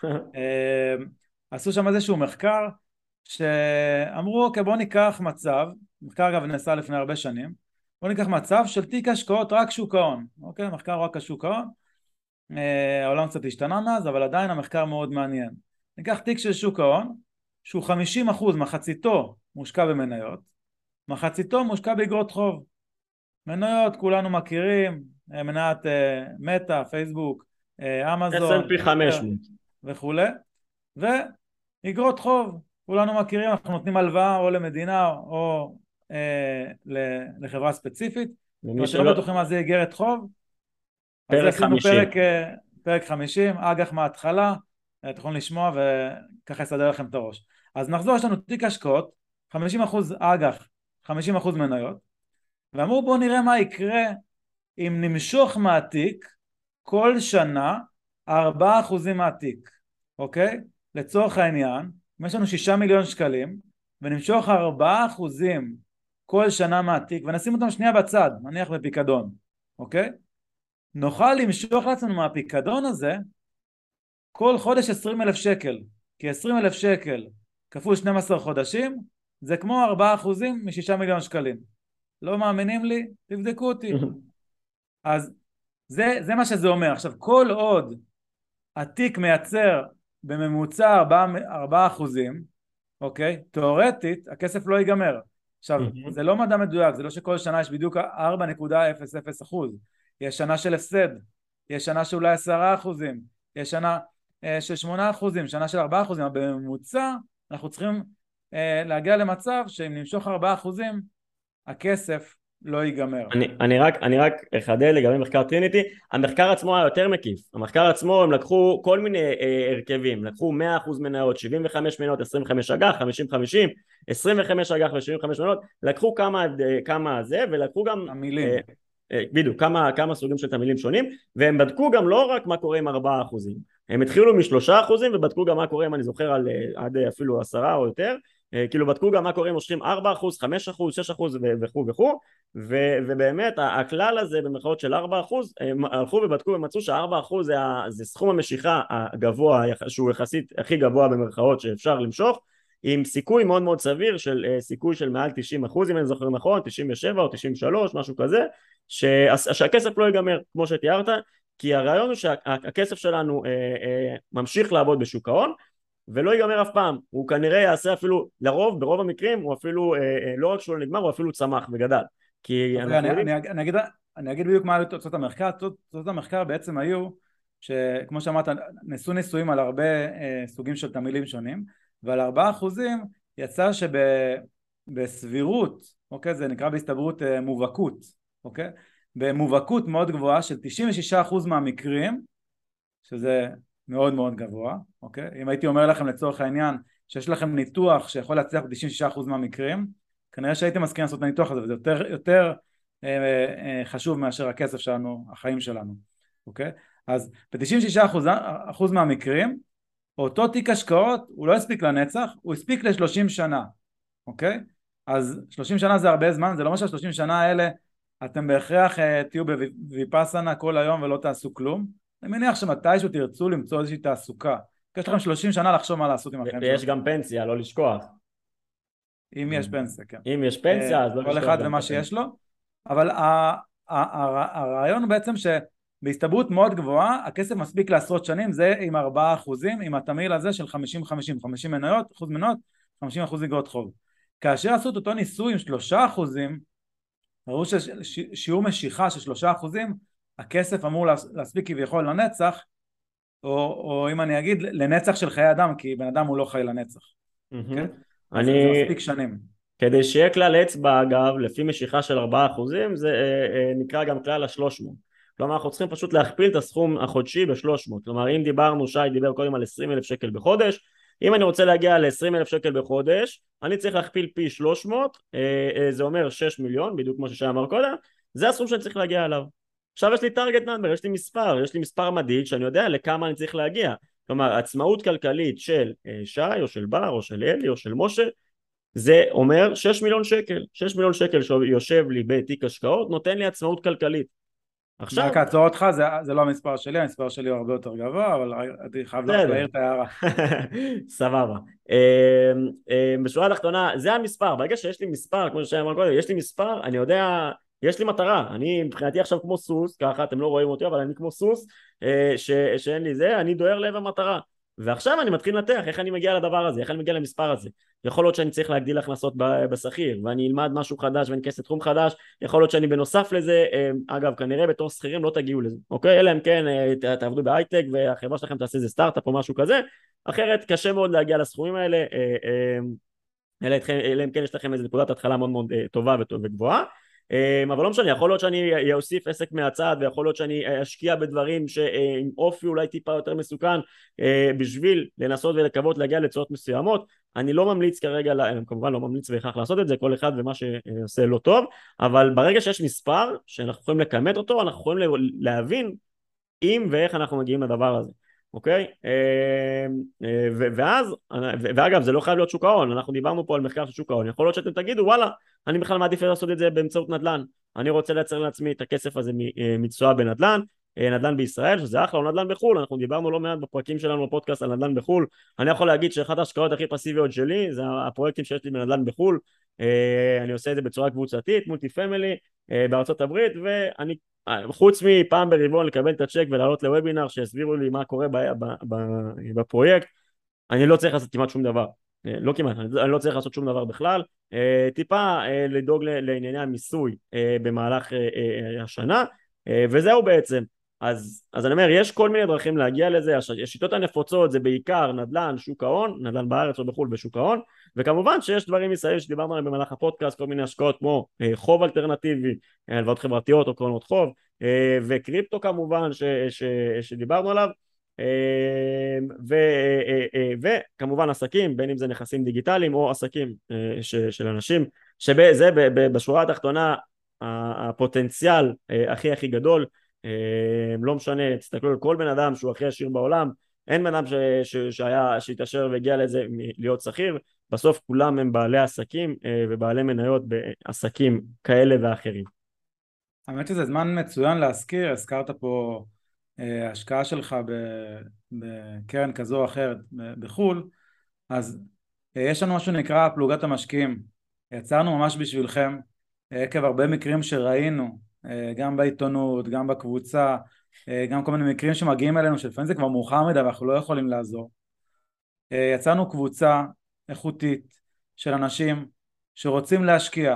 עשו שם איזשהו מחקר שאמרו אוקיי בוא ניקח מצב, מחקר אגב נעשה לפני הרבה שנים, בוא ניקח מצב של תיק השקעות רק שוק ההון, אוקיי? מחקר רק השוק ההון, העולם קצת השתנה מאז, אבל עדיין המחקר מאוד מעניין. ניקח תיק של שוק ההון, שהוא 50%, מחציתו מושקע במניות, מחציתו מושקע באגרות חוב. מניות כולנו מכירים, מניית מטא, פייסבוק, אמזון, S&P 500 וכולי, ואגרות חוב, כולנו מכירים, אנחנו נותנים הלוואה או למדינה או לחברה ספציפית, ואתם לא בטוחים מה זה אגרת חוב, פרק 50. פרק 50, אג"ח מההתחלה, אתם יכולים לשמוע וככה יסדר לכם את הראש. אז נחזור, יש לנו תיק השקעות, 50% אג"ח, 50% מניות, ואמרו בואו נראה מה יקרה אם נמשוך מהתיק כל שנה 4% מהתיק, אוקיי? לצורך העניין, אם יש לנו 6 מיליון שקלים, ונמשוך 4% כל שנה מהתיק, ונשים אותם שנייה בצד, נניח בפיקדון, אוקיי? נוכל למשוך לעצמנו מהפיקדון הזה, כל חודש 20,000 שקל, כי 20,000 שקל כפול 12 חודשים, זה כמו 4% מ6 מיליון שקלים. לא מאמינים לי? תבדקו אותי. אז זה מה שזה אומר. עכשיו, כל עוד התיק מייצר בממוצע 4%, אוקיי? תיאורטית, הכסף לא ייגמר. עכשיו, זה לא מדע מדויק, זה לא שכל שנה יש בדיוק 4.00%. יש שנה של הפסד, יש שנה שאולי 10%, יש שנה של 8%, שנה של 4%, אבל בממוצע אנחנו צריכים להגיע למצב שאם נמשוך 4%, הכסף לא ייגמר. אני רק אחדד לגבי מחקר טריניטי, המחקר עצמו היה יותר מקיף, המחקר עצמו הם לקחו כל מיני הרכבים, לקחו 100% מניות, 75 מניות, 25 אג"ח, 50-50, 25 אג"ח ו-75 מניות, לקחו כמה זה, ולקחו גם המילים. בדיוק, כמה סוגים של תמהילים שונים, והם בדקו גם לא רק מה קורה עם 4%, הם התחילו מ3% ובדקו גם מה קורה אם אני זוכר עד אפילו 10 או יותר, כאילו בדקו גם מה קורה אם מושכים 4%, 5%, 6% וכו' וכו', ובאמת הכלל הזה במרכאות של 4%, הם הלכו ובדקו ומצאו ש4% זה סכום המשיכה הגבוה, שהוא יחסית הכי גבוה במרכאות שאפשר למשוך, עם סיכוי מאוד מאוד סביר של סיכוי של מעל 90% אם אני זוכר נכון, 97 או 93 משהו כזה, שהכסף לא ייגמר כמו שתיארת, כי הרעיון הוא שהכסף שלנו ממשיך לעבוד בשוק ההון ולא ייגמר אף פעם, הוא כנראה יעשה אפילו לרוב, ברוב המקרים הוא אפילו לא רק שהוא לא נגמר, הוא אפילו צמח וגדל. אני אגיד בדיוק מה היו תוצאות המחקר. תוצאות המחקר בעצם היו שכמו שאמרת נעשו ניסויים על הרבה סוגים של תמהילים שונים, ועל 4% יצא שבסבירות, אוקיי, זה נקרא בהסתברות מובהקות, אוקיי, במובהקות מאוד גבוהה של 96% מהמקרים, שזה מאוד מאוד גבוה, אוקיי, אם הייתי אומר לכם לצורך העניין שיש לכם ניתוח שיכול להצליח ב-96% מהמקרים, כנראה שהייתם מסכימים לעשות את הניתוח הזה, וזה יותר חשוב מאשר הכסף שלנו, החיים שלנו, אוקיי, אז ב-96% מהמקרים, אותו תיק השקעות הוא לא הספיק לנצח, הוא הספיק ל-30 שנה, אוקיי? אז 30 שנה זה הרבה זמן, זה לא משהו 30 שנה האלה, אתם בהכרח תהיו בוויפאסנה כל היום ולא תעשו כלום, אני מניח שמתישהו תרצו למצוא איזושהי תעסוקה, כי יש לכם 30 שנה לחשוב מה לעשות עם החיים שלכם. ויש גם פנסיה, לא לשכוח. אם יש פנסיה, כן. אם יש פנסיה, אז לא לשכוח. כל אחד ומה שיש לו, אבל הרעיון הוא בעצם בהסתברות מאוד גבוהה, הכסף מספיק לעשרות שנים, זה עם 4%, עם התמהיל הזה של 50-50, 50 מניות, אחוז מניות, 50% אגרות חוב. כאשר עשו את אותו ניסוי עם 3%, ראו ששיעור משיכה של 3%, הכסף אמור להספיק כביכול לנצח, או אם אני אגיד, לנצח של חיי אדם, כי בן אדם הוא לא חי לנצח. אז זה מספיק שנים. כדי שיהיה כלל אצבע, אגב, לפי משיכה של 4%, זה נקרא גם כלל ה-300. כלומר אנחנו צריכים פשוט להכפיל את הסכום החודשי ב-300, כלומר אם דיברנו, שי דיבר קודם על 20,000 שקל בחודש, אם אני רוצה להגיע ל-20,000 שקל בחודש, אני צריך להכפיל פי 300, זה אומר 6 מיליון, בדיוק כמו ששי אמר קודם, זה הסכום שאני צריך להגיע אליו. עכשיו יש לי טארגט נאמבר, יש לי מספר מדיד שאני יודע לכמה אני צריך להגיע, כלומר עצמאות כלכלית של שי או של בר או של אלי או של משה, זה אומר 6 מיליון שקל, 6 מיליון שקל שיושב לי בתיק השקעות, נותן לי עצמאות כלכלית. עכשיו... רק עצור אותך, זה לא המספר שלי, המספר שלי הוא הרבה יותר גבוה, אבל אני חייב להעיר את ההערה. סבבה. בשורה התחתונה, זה המספר, ברגע שיש לי מספר, כמו שאמרנו קודם, יש לי מספר, אני יודע, יש לי מטרה, אני מבחינתי עכשיו כמו סוס, ככה אתם לא רואים אותי, אבל אני כמו סוס, שאין לי זה, אני דוהר לעבר מטרה. ועכשיו אני מתחיל לנתח איך אני מגיע לדבר הזה, איך אני מגיע למספר הזה. יכול להיות שאני צריך להגדיל הכנסות בשכיר, ואני אלמד משהו חדש ואני אכנס לתחום חדש, יכול להיות שאני בנוסף לזה, אגב כנראה בתור שכירים לא תגיעו לזה, אוקיי? אלא אם כן תעבדו בהייטק והחברה שלכם תעשה איזה סטארט-אפ או משהו כזה, אחרת קשה מאוד להגיע לסכומים האלה, אלא אם כן יש לכם איזו נקודת התחלה מאוד מאוד טובה וגבוהה, אבל לא משנה, יכול להיות שאני אוסיף עסק מהצד ויכול להיות שאני אשקיע בדברים שעם אופי אולי טיפה יותר מסוכן בשביל לנסות ולקוות להגיע לצורות מסוימות. אני לא ממליץ כרגע, כמובן לא ממליץ בהכרח לעשות את זה, כל אחד ומה שעושה לא טוב, אבל ברגע שיש מספר שאנחנו יכולים לכמת אותו, אנחנו יכולים להבין אם ואיך אנחנו מגיעים לדבר הזה. אוקיי? ואז, ואגב זה לא חייב להיות שוק ההון, אנחנו דיברנו פה על מחקר של שוק ההון, יכול להיות שאתם תגידו וואלה, אני בכלל מעדיף לעשות את זה באמצעות נדל"ן, אני רוצה לייצר לעצמי את הכסף הזה מתשואה בנדל"ן, נדל"ן בישראל שזה אחלה או נדל"ן בחול, אנחנו דיברנו לא מעט בפרקים שלנו בפודקאסט על נדל"ן בחול, אני יכול להגיד שאחת ההשקעות הכי פסיביות שלי זה הפרויקטים שיש לי בנדל"ן בחול, אני עושה את זה בצורה קבוצתית, מולטי פמילי בארצות הברית, ואני חוץ מפעם ברבעון לקבל את הצ'ק ולעלות לוובינר שיסבירו לי מה קורה בפרויקט, אני לא צריך לעשות כמעט שום דבר, לא כמעט, אני לא צריך לעשות שום דבר בכלל, טיפה לדאוג לענייני המיסוי במהלך השנה, וזהו בעצם. אז אני אומר, יש כל מיני דרכים להגיע לזה, השיטות הנפוצות זה בעיקר נדל"ן, שוק ההון, נדל"ן בארץ או בחו"ל ושוק ההון, וכמובן שיש דברים מסביב שדיברנו עליהם במהלך הפודקאסט, כל מיני השקעות כמו חוב אלטרנטיבי, הלוואות חברתיות או קרנות חוב, וקריפטו כמובן שדיברנו עליו, וכמובן עסקים, בין אם זה נכסים דיגיטליים או עסקים של אנשים, שזה בשורה התחתונה הפוטנציאל הכי גדול, לא משנה, תסתכלו על כל בן אדם שהוא הכי עשיר בעולם, אין בן אדם שהתעשר והגיע לזה להיות שכיר, בסוף כולם הם בעלי עסקים ובעלי מניות בעסקים כאלה ואחרים. האמת שזה זמן מצוין להזכיר, הזכרת פה השקעה שלך בקרן כזו או אחרת בחול, אז יש לנו משהו נקרא פלוגת המשקיעים, יצרנו ממש בשבילכם, עקב הרבה מקרים שראינו, גם בעיתונות, גם בקבוצה, גם כל מיני מקרים שמגיעים אלינו, שלפעמים זה כבר מאוחר מדי ואנחנו לא יכולים לעזור. יצרנו קבוצה איכותית של אנשים שרוצים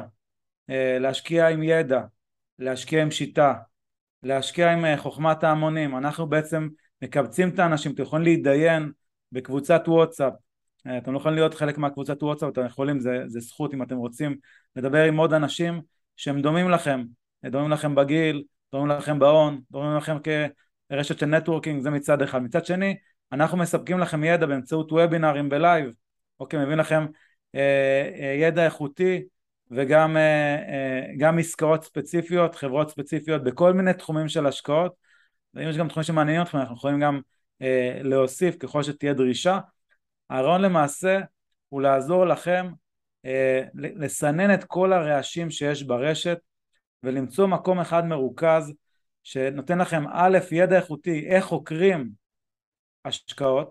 להשקיע עם ידע, להשקיע עם שיטה, להשקיע עם חוכמת ההמונים. אנחנו בעצם מקבצים את האנשים, אתם יכולים להידיין בקבוצת וואטסאפ, אתם לא יכולים להיות חלק מהקבוצת וואטסאפ, אתם יכולים, זה זכות אם אתם רוצים לדבר עם עוד אנשים שהם דומים לכם בגיל, דומים לכם בהון, דומים לכם כרשת של נטוורקינג, זה מצד אחד. מצד שני, אנחנו מספקים לכם ידע באמצעות וובינרים בלייב, אוקיי, מבין לכם ידע איכותי, וגם גם עסקאות ספציפיות, חברות ספציפיות בכל מיני תחומים של השקעות, ואם יש גם תחומים שמעניינים אתכם, אנחנו יכולים גם להוסיף ככל שתהיה דרישה. הרעיון למעשה הוא לעזור לכם לסנן את כל הרעשים שיש ברשת, ולמצוא מקום אחד מרוכז, שנותן לכם א', ידע איכותי, איך חוקרים השקעות,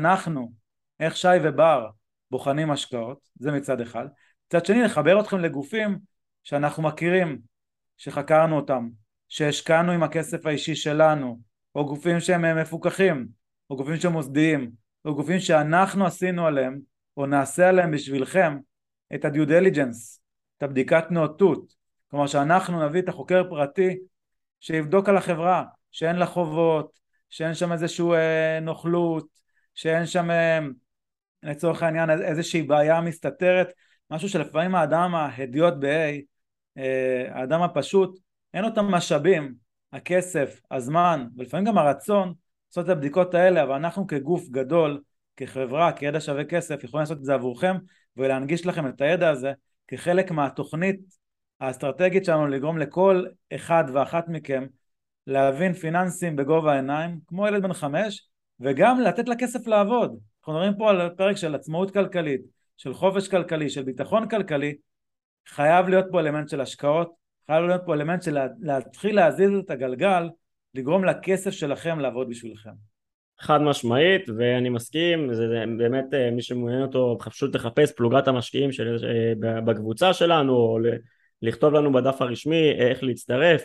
איך שי ובר בוחנים השקעות, זה מצד אחד. מצד שני, לחבר אתכם לגופים שאנחנו מכירים, שחקרנו אותם, שהשקענו עם הכסף האישי שלנו, או גופים שהם מפוקחים, או גופים שהם מוסדיים, או גופים שאנחנו עשינו עליהם, או נעשה עליהם בשבילכם, את ה-due diligence, את הבדיקת נאותות. כלומר שאנחנו נביא את החוקר פרטי, שיבדוק על החברה, שאין לה חובות, שאין שם איזשהו נוכלות, שאין שם לצורך העניין איזושהי בעיה מסתתרת, משהו שלפעמים האדם ההדיוט האדם הפשוט, אין אותם משאבים, הכסף, הזמן, ולפעמים גם הרצון, לעשות את הבדיקות האלה, אבל אנחנו כגוף גדול, כחברה, כידע שווה כסף, יכולים לעשות את זה עבורכם, ולהנגיש לכם את הידע הזה, כחלק מהתוכנית האסטרטגית שלנו, לגרום לכל אחד ואחת מכם, להבין פיננסים בגובה העיניים, כמו ילד בן 5, וגם לתת לכסף לעבוד. אנחנו מדברים פה על פרק של עצמאות כלכלית, של חופש כלכלי, של ביטחון כלכלי, חייב להיות פה אלמנט של השקעות, חייב להיות פה אלמנט של להתחיל להזיז את הגלגל, לגרום לכסף שלכם לעבוד בשבילכם. חד משמעית, ואני מסכים, זה באמת מי שמעוניין אותו פשוט לחפש פלוגת המשקיעים בקבוצה שלנו, או לכתוב לנו בדף הרשמי איך להצטרף,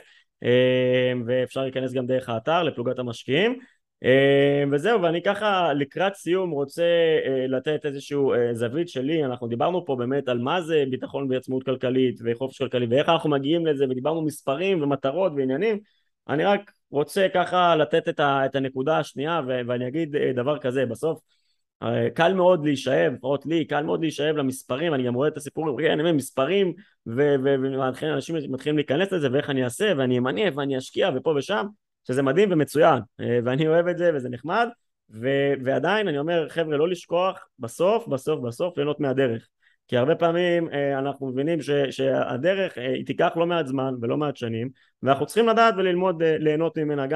ואפשר להיכנס גם דרך האתר לפלוגת המשקיעים, וזהו. ואני ככה לקראת סיום רוצה לתת איזשהו זווית שלי. אנחנו דיברנו פה באמת על מה זה ביטחון ועצמאות כלכלית וחופש כלכלי ואיך אנחנו מגיעים לזה, ודיברנו מספרים ומטרות ועניינים. אני רק רוצה ככה לתת את הנקודה השנייה, ואני אגיד דבר כזה. בסוף קל מאוד להישאב, לפחות לי קל מאוד להישאב למספרים. אני גם רואה את הסיפורים, אני אומר מספרים, ואנשים מתחילים להיכנס לזה, ואיך אני אעשה ואני אמנה ואני אשקיע ופה ושם, שזה מדהים ומצוין, ואני אוהב את זה וזה נחמד, ועדיין אני אומר חבר'ה, לא לשכוח בסוף ליהנות מהדרך, כי הרבה פעמים אנחנו מבינים שהדרך היא תיקח לא מעט זמן ולא מעט שנים, ואנחנו צריכים לדעת וללמוד ליהנות ממנה גם,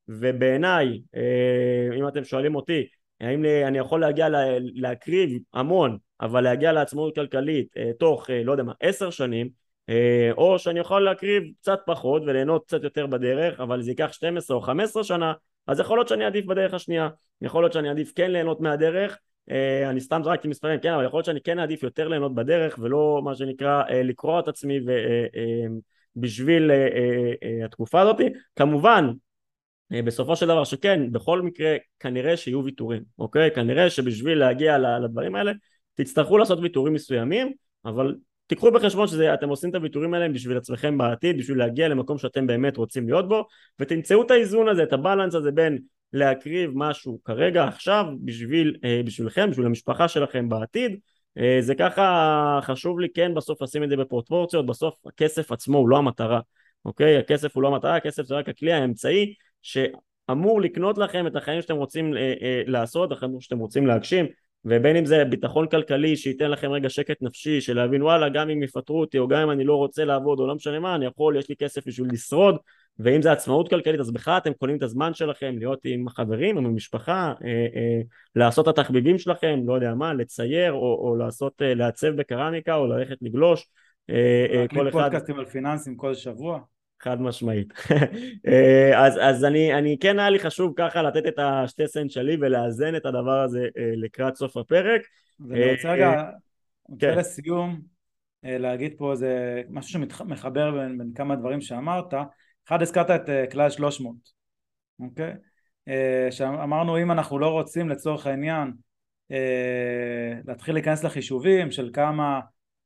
ובעיניי, אם אתם שואלים אותי, האם אני יכול להגיע להקריב המון, אבל להגיע לעצמאות כלכלית תוך, לא יודע מה, 10 שנים, או שאני יכול להקריב קצת פחות וליהנות קצת יותר בדרך, אבל זה ייקח 12 או 15 שנה, אז יכול להיות שאני עדיף בדרך השנייה, יכול להיות שאני עדיף כן ליהנות מהדרך, אני סתם זרקתי מספרים, כן, אבל יכול להיות שאני כן עדיף יותר ליהנות בדרך, ולא מה שנקרא לקרוע את עצמי בשביל התקופה הזאת. כמובן, בסופו של דבר שכן, בכל מקרה כנראה שיהיו ויתורים, אוקיי? כנראה שבשביל להגיע לדברים האלה תצטרכו לעשות ויתורים מסוימים, אבל תיקחו בחשבון שאתם עושים את הוויתורים האלה בשביל עצמכם בעתיד, בשביל להגיע למקום שאתם באמת רוצים להיות בו, ותמצאו את האיזון הזה, את הבלנס הזה בין להקריב משהו כרגע עכשיו בשבילכם, בשביל המשפחה שלכם בעתיד. זה ככה חשוב לי כן בסוף לשים את זה בפרופורציות. בסוף הכסף עצמו הוא לא המטרה, אוקיי? הכסף הוא לא המטרה, הכסף זה רק הכלי, האמצעי שאמור לקנות לכם את החיים שאתם רוצים לעשות, החיים שאתם רוצים להגשים, ובין אם זה ביטחון כלכלי שייתן לכם רגע שקט נפשי של להבין וואלה, גם אם יפטרו אותי או גם אם אני לא רוצה לעבוד או לא משנה מה, אני יכול, יש לי כסף בשביל לשרוד. ואם זה עצמאות כלכלית, אז בכלל אתם קונים את הזמן שלכם להיות עם חברים, עם המשפחה, לעשות את התחביבים שלכם, לא יודע מה, לצייר או לעשות, לעצב בקרמיקה או ללכת לגלוש. להקליט פודקאסטים על פיננסים כל שבוע. חד משמעית. אז אני כן היה לי חשוב ככה לתת את השתי סנט שלי ולאזן את הדבר הזה לקראת סוף הפרק. ואני רוצה רגע, לסיום להגיד פה איזה משהו שמחבר בין כמה דברים שאמרת. אחד, הזכרת את כלל 300, אוקיי? שאמרנו אם אנחנו לא רוצים לצורך העניין להתחיל להיכנס לחישובים של כמה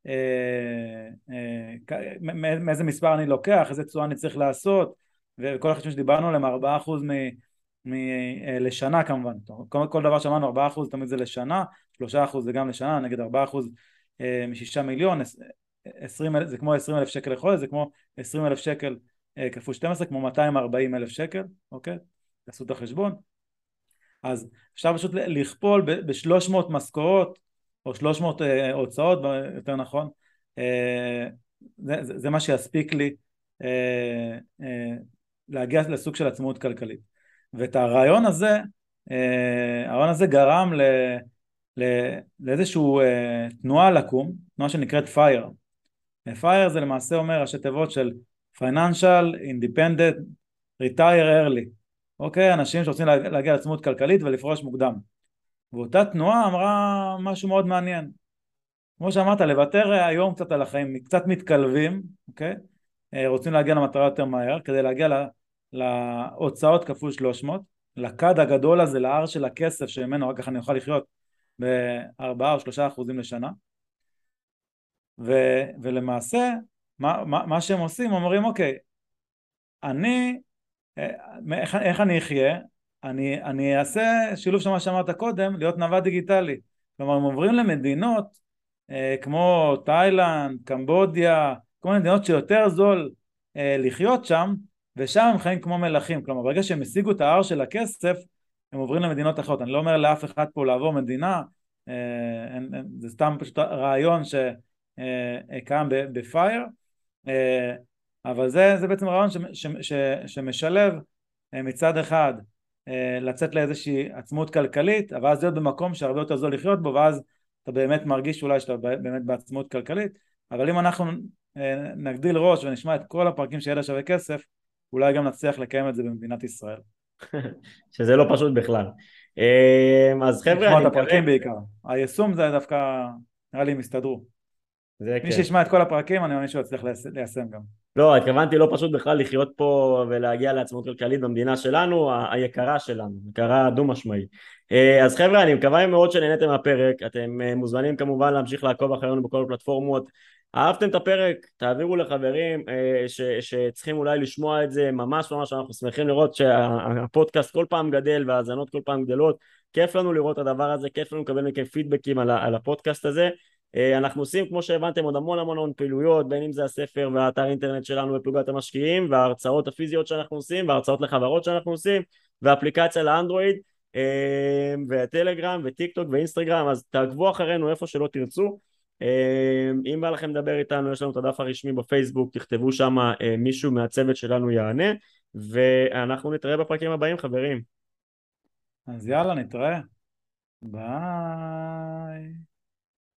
מאיזה מספר אני לוקח, איזה תשואה אני צריך לעשות, וכל החישובים שדיברנו עליהם 4% לשנה כמובן, כל דבר שאמרנו 4% תמיד זה לשנה, 3% זה גם לשנה, נגיד 4% מ6 מיליון, 20, זה כמו 20,000 שקל לחודש, זה כמו 20,000 שקל כפול 12, כמו 240,000 שקל, אוקיי? תעשו את החשבון. אז אפשר פשוט לכפול ב300 משכורות, או 300 הוצאות, יותר נכון, זה מה שיספיק לי להגיע לסוג של עצמאות כלכלית. ואת הרעיון הזה גרם לאיזשהו תנועה לקום, תנועה שנקראת FIRE. FIRE זה למעשה אומר ראשי תיבות של Financial Independent Retire Early, אוקיי? אנשים שרוצים להגיע לעצמאות כלכלית ולפרוש מוקדם. ואותה תנועה אמרה משהו מאוד מעניין. כמו שאמרת, לוותר היום קצת על החיים, קצת מתקלבים, אוקיי? רוצים להגיע למטרה יותר מהר, כדי להגיע להוצאות כפול 300, לכד הגדול הזה, להר של הכסף שממנו רק כך אני אוכל לחיות ב4 או 3% לשנה. ולמעשה, מה שהם עושים, אומרים, אוקיי, איך אני אחיה? אני אעשה שילוב של מה שאמרת קודם, להיות נווד דיגיטלי. כלומר, הם עוברים למדינות כמו תאילנד, קמבודיה, כל מיני מדינות שיותר זול לחיות שם, ושם הם חיים כמו מלכים. כלומר, ברגע שהם השיגו את ההר של הכסף, הם עוברים למדינות אחרות. אני לא אומר לאף אחד פה לעבור מדינה, זה סתם פשוט רעיון שקיים בפייר, אבל זה בעצם רעיון שמשלב מצד אחד לצאת לאיזושהי עצמאות כלכלית, אבל אז להיות במקום שהרבה יותר זול לחיות בו, ואז אתה באמת מרגיש אולי שאתה באמת בעצמאות כלכלית. אבל אם אנחנו נגדיל ראש ונשמע את כל הפרקים של ידע שווה כסף, אולי גם נצליח לקיים את זה במדינת ישראל. שזה לא פשוט בכלל. אז חבר'ה, נשמע את הפרקים בעיקר. היישום זה דווקא, נראה לי, הם יסתדרו. מי שישמע את כל הפרקים, אני מאמין שהוא יצליח ליישם גם. לא, התכוונתי לא פשוט בכלל לחיות פה ולהגיע לעצמאות כלכלית במדינה שלנו, היקרה שלנו, יקרה דו משמעית. אז חבר'ה, אני מקווה מאוד שנהנתם מהפרק, אתם מוזמנים כמובן להמשיך לעקוב אחרינו בכל הפלטפורמות. אהבתם את הפרק, תעבירו לחברים שצריכים אולי לשמוע את זה, ממש אנחנו שמחים לראות שהפודקאסט כל פעם גדל והאזנות כל פעם גדלות, כיף לנו לראות את הדבר הזה, כיף לנו לקבל מכם פידבקים על הפודקאסט הזה. אנחנו עושים, כמו שהבנתם, עוד המון פעילויות, בין אם זה הספר והאתר אינטרנט שלנו בפלוגת המשקיעים, וההרצאות הפיזיות שאנחנו עושים, וההרצאות לחברות שאנחנו עושים, והאפליקציה לאנדרואיד, והטלגרם, וטיק טוק ואינסטגרם. אז תעקבו אחרינו איפה שלא תרצו. אם בא לכם לדבר איתנו, יש לנו את הדף הרשמי בפייסבוק, תכתבו שם, מישהו מהצוות שלנו יענה. ואנחנו נתראה בפרקים הבאים, חברים. אז יאללה, נתראה. ביי.